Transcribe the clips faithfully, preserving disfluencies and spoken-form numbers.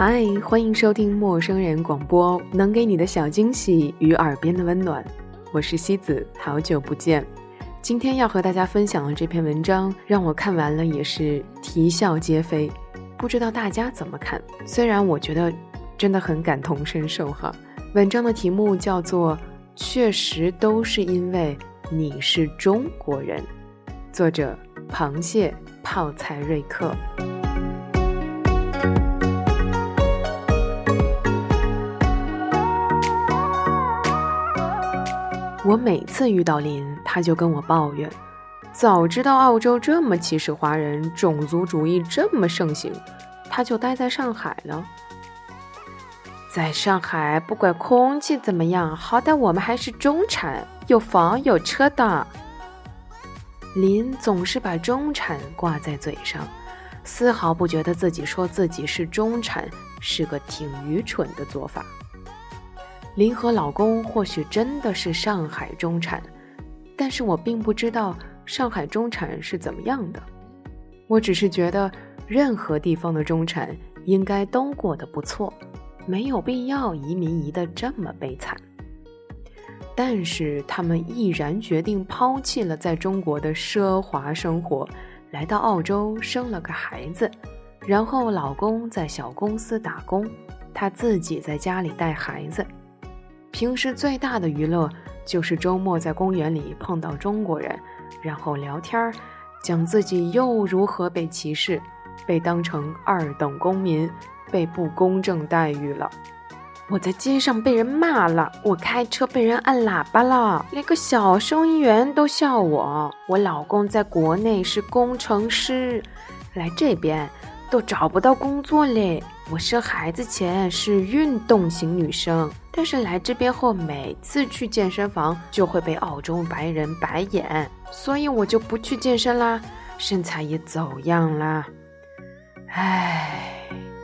嗨，欢迎收听陌生人广播，能给你的小惊喜与耳边的温暖。我是西子，好久不见。今天要和大家分享的这篇文章，让我看完了也是啼笑皆非。不知道大家怎么看？虽然我觉得真的很感同身受哈。文章的题目叫做《确实都是因为你是中国人》，作者螃蟹泡菜瑞克。我每次遇到林，他就跟我抱怨，早知道澳洲这么歧视华人，种族主义这么盛行，他就待在上海了。在上海不管空气怎么样，好歹我们还是中产，有房有车的。林总是把中产挂在嘴上，丝毫不觉得自己说自己是中产是个挺愚蠢的做法。林和老公或许真的是上海中产，但是我并不知道上海中产是怎么样的。我只是觉得任何地方的中产应该都过得不错，没有必要移民移得这么悲惨。但是他们毅然决定抛弃了在中国的奢华生活，来到澳洲生了个孩子，然后老公在小公司打工，他自己在家里带孩子。平时最大的娱乐就是周末在公园里碰到中国人，然后聊天，讲自己又如何被歧视，被当成二等公民，被不公正待遇了。我在街上被人骂了，我开车被人按喇叭了，连个小收银员都笑我。我老公在国内是工程师，来这边都找不到工作嘞。我生孩子前是运动型女生，但是来这边后每次去健身房就会被澳洲白人白眼，所以我就不去健身啦，身材也走样啦。唉，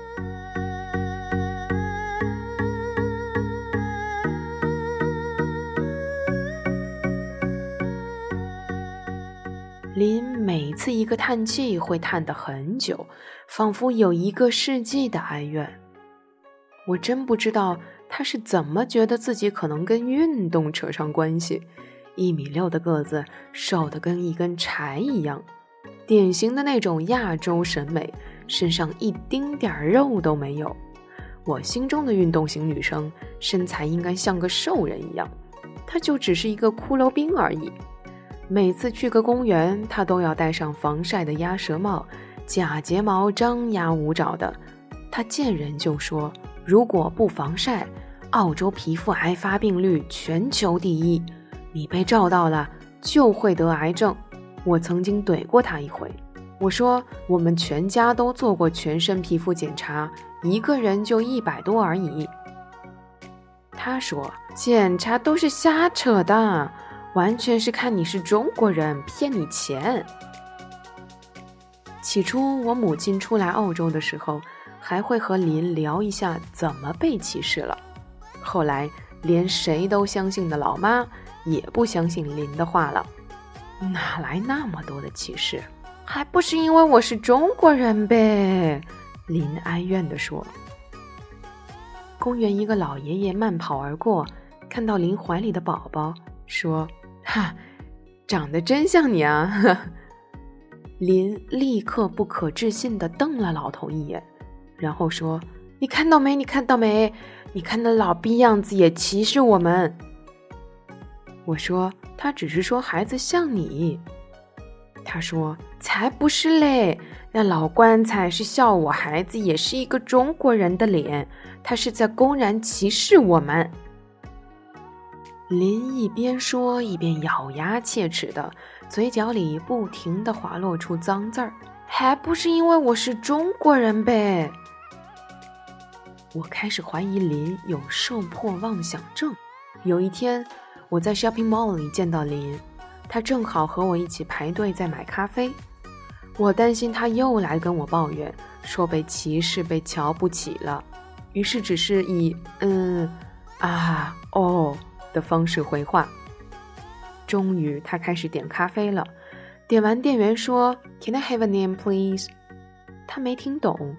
林每次一个叹气会叹得很久，仿佛有一个世纪的哀怨。我真不知道他是怎么觉得自己可能跟运动扯上关系。一米六的个子，瘦得跟一根柴一样，典型的那种亚洲审美，身上一丁点肉都没有。我心中的运动型女生，身材应该像个兽人一样，她就只是一个骷髅兵而已。每次去个公园，她都要戴上防晒的鸭舌帽，假睫毛张牙舞爪的。她见人就说，如果不防晒，澳洲皮肤癌发病率全球第一，你被照到了就会得癌症。我曾经怼过她一回，我说我们全家都做过全身皮肤检查，一个人就一百多而已。她说检查都是瞎扯的，完全是看你是中国人骗你钱。起初我母亲初来澳洲的时候，还会和林聊一下怎么被歧视了。后来连谁都相信的老妈也不相信林的话了。哪来那么多的歧视？还不是因为我是中国人呗，林哀怨地说。公园一个老爷爷慢跑而过，看到林怀里的宝宝，说，哈，长得真像你啊。林立刻不可置信地瞪了老头一眼，然后说，你看到没你看到没，你看那老逼样子也歧视我们。我说，他只是说孩子像你。他说，才不是嘞，那老棺材是笑我孩子也是一个中国人的脸，他是在公然歧视我们。林一边说一边咬牙切齿的，嘴角里不停地滑落出脏字儿，还不是因为我是中国人呗。我开始怀疑林有受迫妄想症。有一天我在 shopping mall 里见到林，他正好和我一起排队在买咖啡。我担心他又来跟我抱怨，说被歧视被瞧不起了，于是只是以嗯啊哦的方式回话。终于他开始点咖啡了，点完店员说 Can I have a name please？ 他没听懂，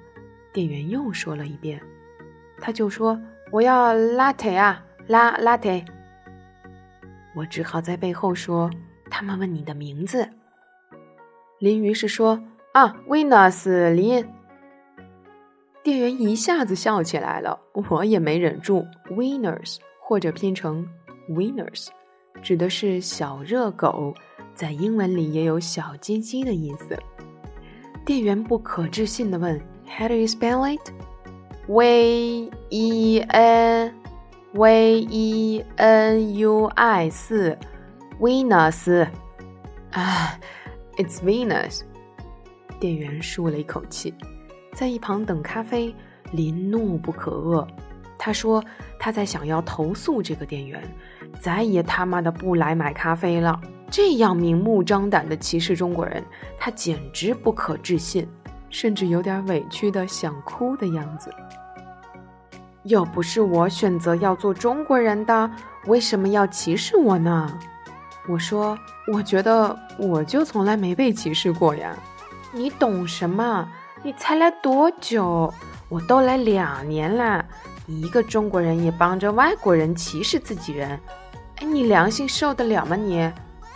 店员又说了一遍，他就说我要 latte 啊，拉 latte。我只好在背后说，他们问你的名字。林于是说啊 Venus 林。店员一下子笑起来了，我也没忍住。 Winners 或者拼成 Winners 指的是小热狗，在英文里也有小鸡鸡的意思。店员不可置信地问 How do you spell it? V E N V E N U S Venus 啊 It's Venus。 店员舒了一口气。在一旁等咖啡，林怒不可遏。他说他在想要投诉这个店员，再也他妈的不来买咖啡了。这样明目张胆的歧视中国人，他简直不可置信，甚至有点委屈的想哭的样子。又不是我选择要做中国人的，为什么要歧视我呢？我说我觉得我就从来没被歧视过呀。你懂什么？你才来多久？我都来两年了，你一个中国人也帮着外国人歧视自己人，哎，你良心受得了吗你？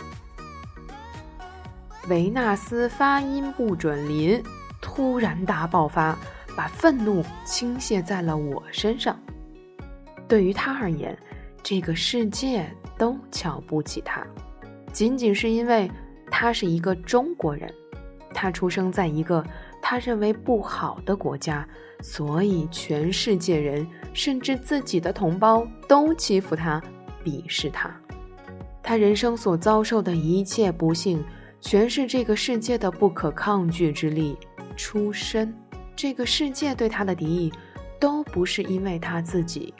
维纳斯发音不准林突然大爆发，把愤怒倾泻在了我身上。对于他而言，这个世界都瞧不起他，仅仅是因为他是一个中国人，他出生在一个他认为不好的国家，所以全世界人，甚至自己的同胞都欺负他，鄙视他。他人生所遭受的一切不幸，全是这个世界的不可抗拒之力出身。这个世界对他的敌意，都不是因为他自己。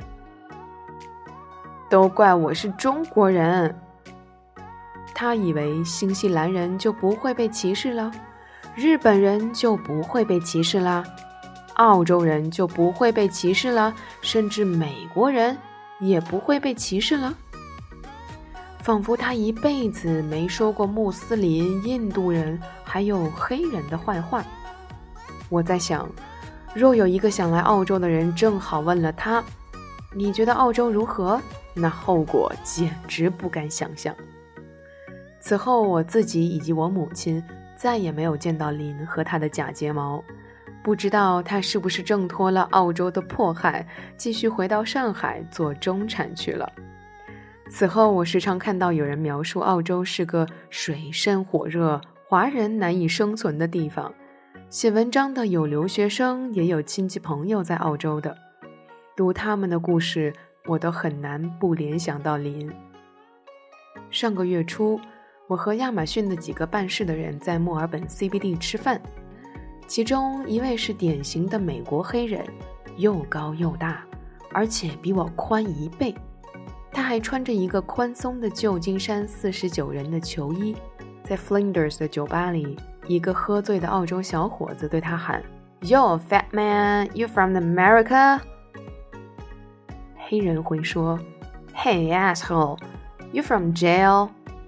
都怪我是中国人。他以为新西兰人就不会被歧视了，日本人就不会被歧视啦，澳洲人就不会被歧视了，甚至美国人也不会被歧视了。仿佛他一辈子没说过穆斯林、印度人还有黑人的坏话。我在想，若有一个想来澳洲的人正好问了他，你觉得澳洲如何？那后果简直不敢想象。此后我自己以及我母亲再也没有见到林和他的假睫毛，不知道他是不是挣脱了澳洲的迫害，继续回到上海做中产去了。此后我时常看到有人描述澳洲是个水深火热、华人难以生存的地方，写文章的有留学生，也有亲戚朋友在澳洲的。读他们的故事，我都很难不联想到林。上个月初，我和亚马逊的几个办事的人在墨尔本 C B D 吃饭，其中一位是典型的美国黑人，又高又大，而且比我宽一倍。他还穿着一个宽松的旧金山四十九人的球衣。在 Flinders 的酒吧里，一个喝醉的澳洲小伙子对他喊 Yo, fat man, you from America? 黑人会说 Hey, asshole, you from jail?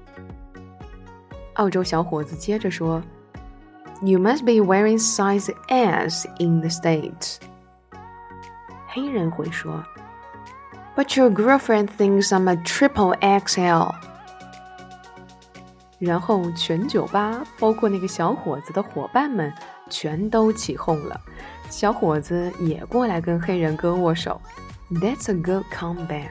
澳洲小伙子接着说 You must be wearing size S in the States. 黑人会说 But your girlfriend thinks I'm a triple X L. 然後全酒吧包括那个小伙子的伙伴们全都起哄了，小伙子也过来跟黑人哥握手。 That's a good comeback.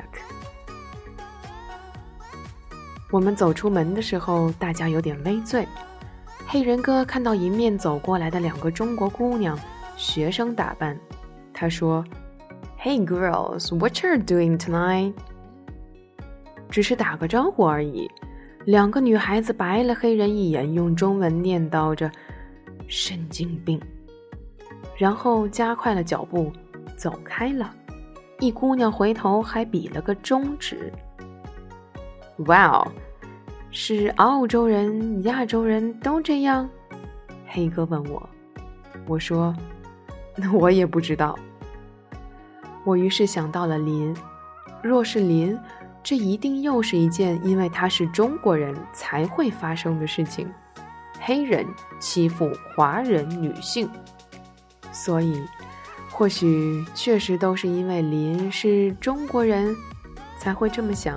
我们走出门的时候，大家有点微醉。黑人哥看到迎面走过来的两个中国姑娘，学生打扮，他说 Hey girls, what you're doing tonight? 只是打个招呼而已。两个女孩子白了黑人一眼，用中文念叨着神经病，然后加快了脚步走开了。一姑娘回头还比了个中指。Wow, 是澳洲人、亚洲人都这样？黑哥问我。我说我也不知道。我于是想到了林，若是林，这一定又是一件因为他是中国人才会发生的事情，黑人欺负华人女性。所以或许确实都是因为林是中国人，才会这么想。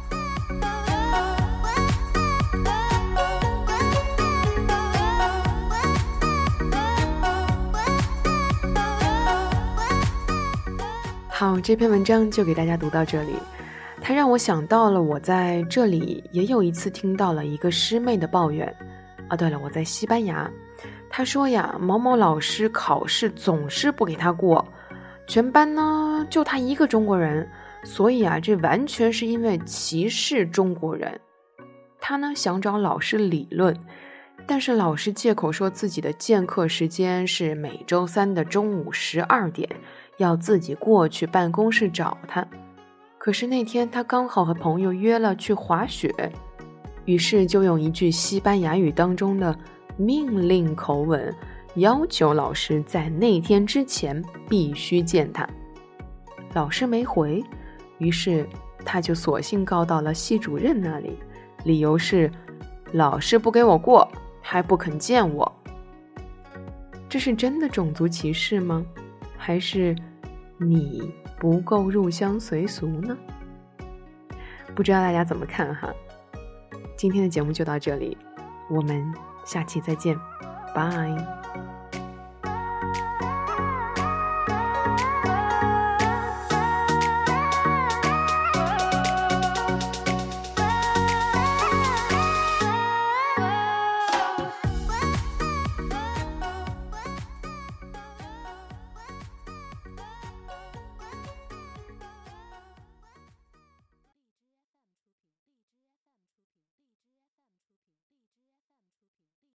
好，这篇文章就给大家读到这里。它让我想到了我在这里也有一次听到了一个师妹的抱怨啊。对了，我在西班牙，她说呀，某某老师考试总是不给她过，全班呢就她一个中国人，所以啊，这完全是因为歧视中国人。她呢想找老师理论，但是老师借口说自己的见课时间是每周三的中午十二点，要自己过去办公室找他。可是那天他刚好和朋友约了去滑雪，于是就用一句西班牙语当中的命令口吻，要求老师在那天之前必须见他。老师没回，于是他就索性告到了系主任那里，理由是老师不给我过，还不肯见我。这是真的种族歧视吗？还是你不够入乡随俗呢？不知道大家怎么看哈。今天的节目就到这里，我们下期再见，拜。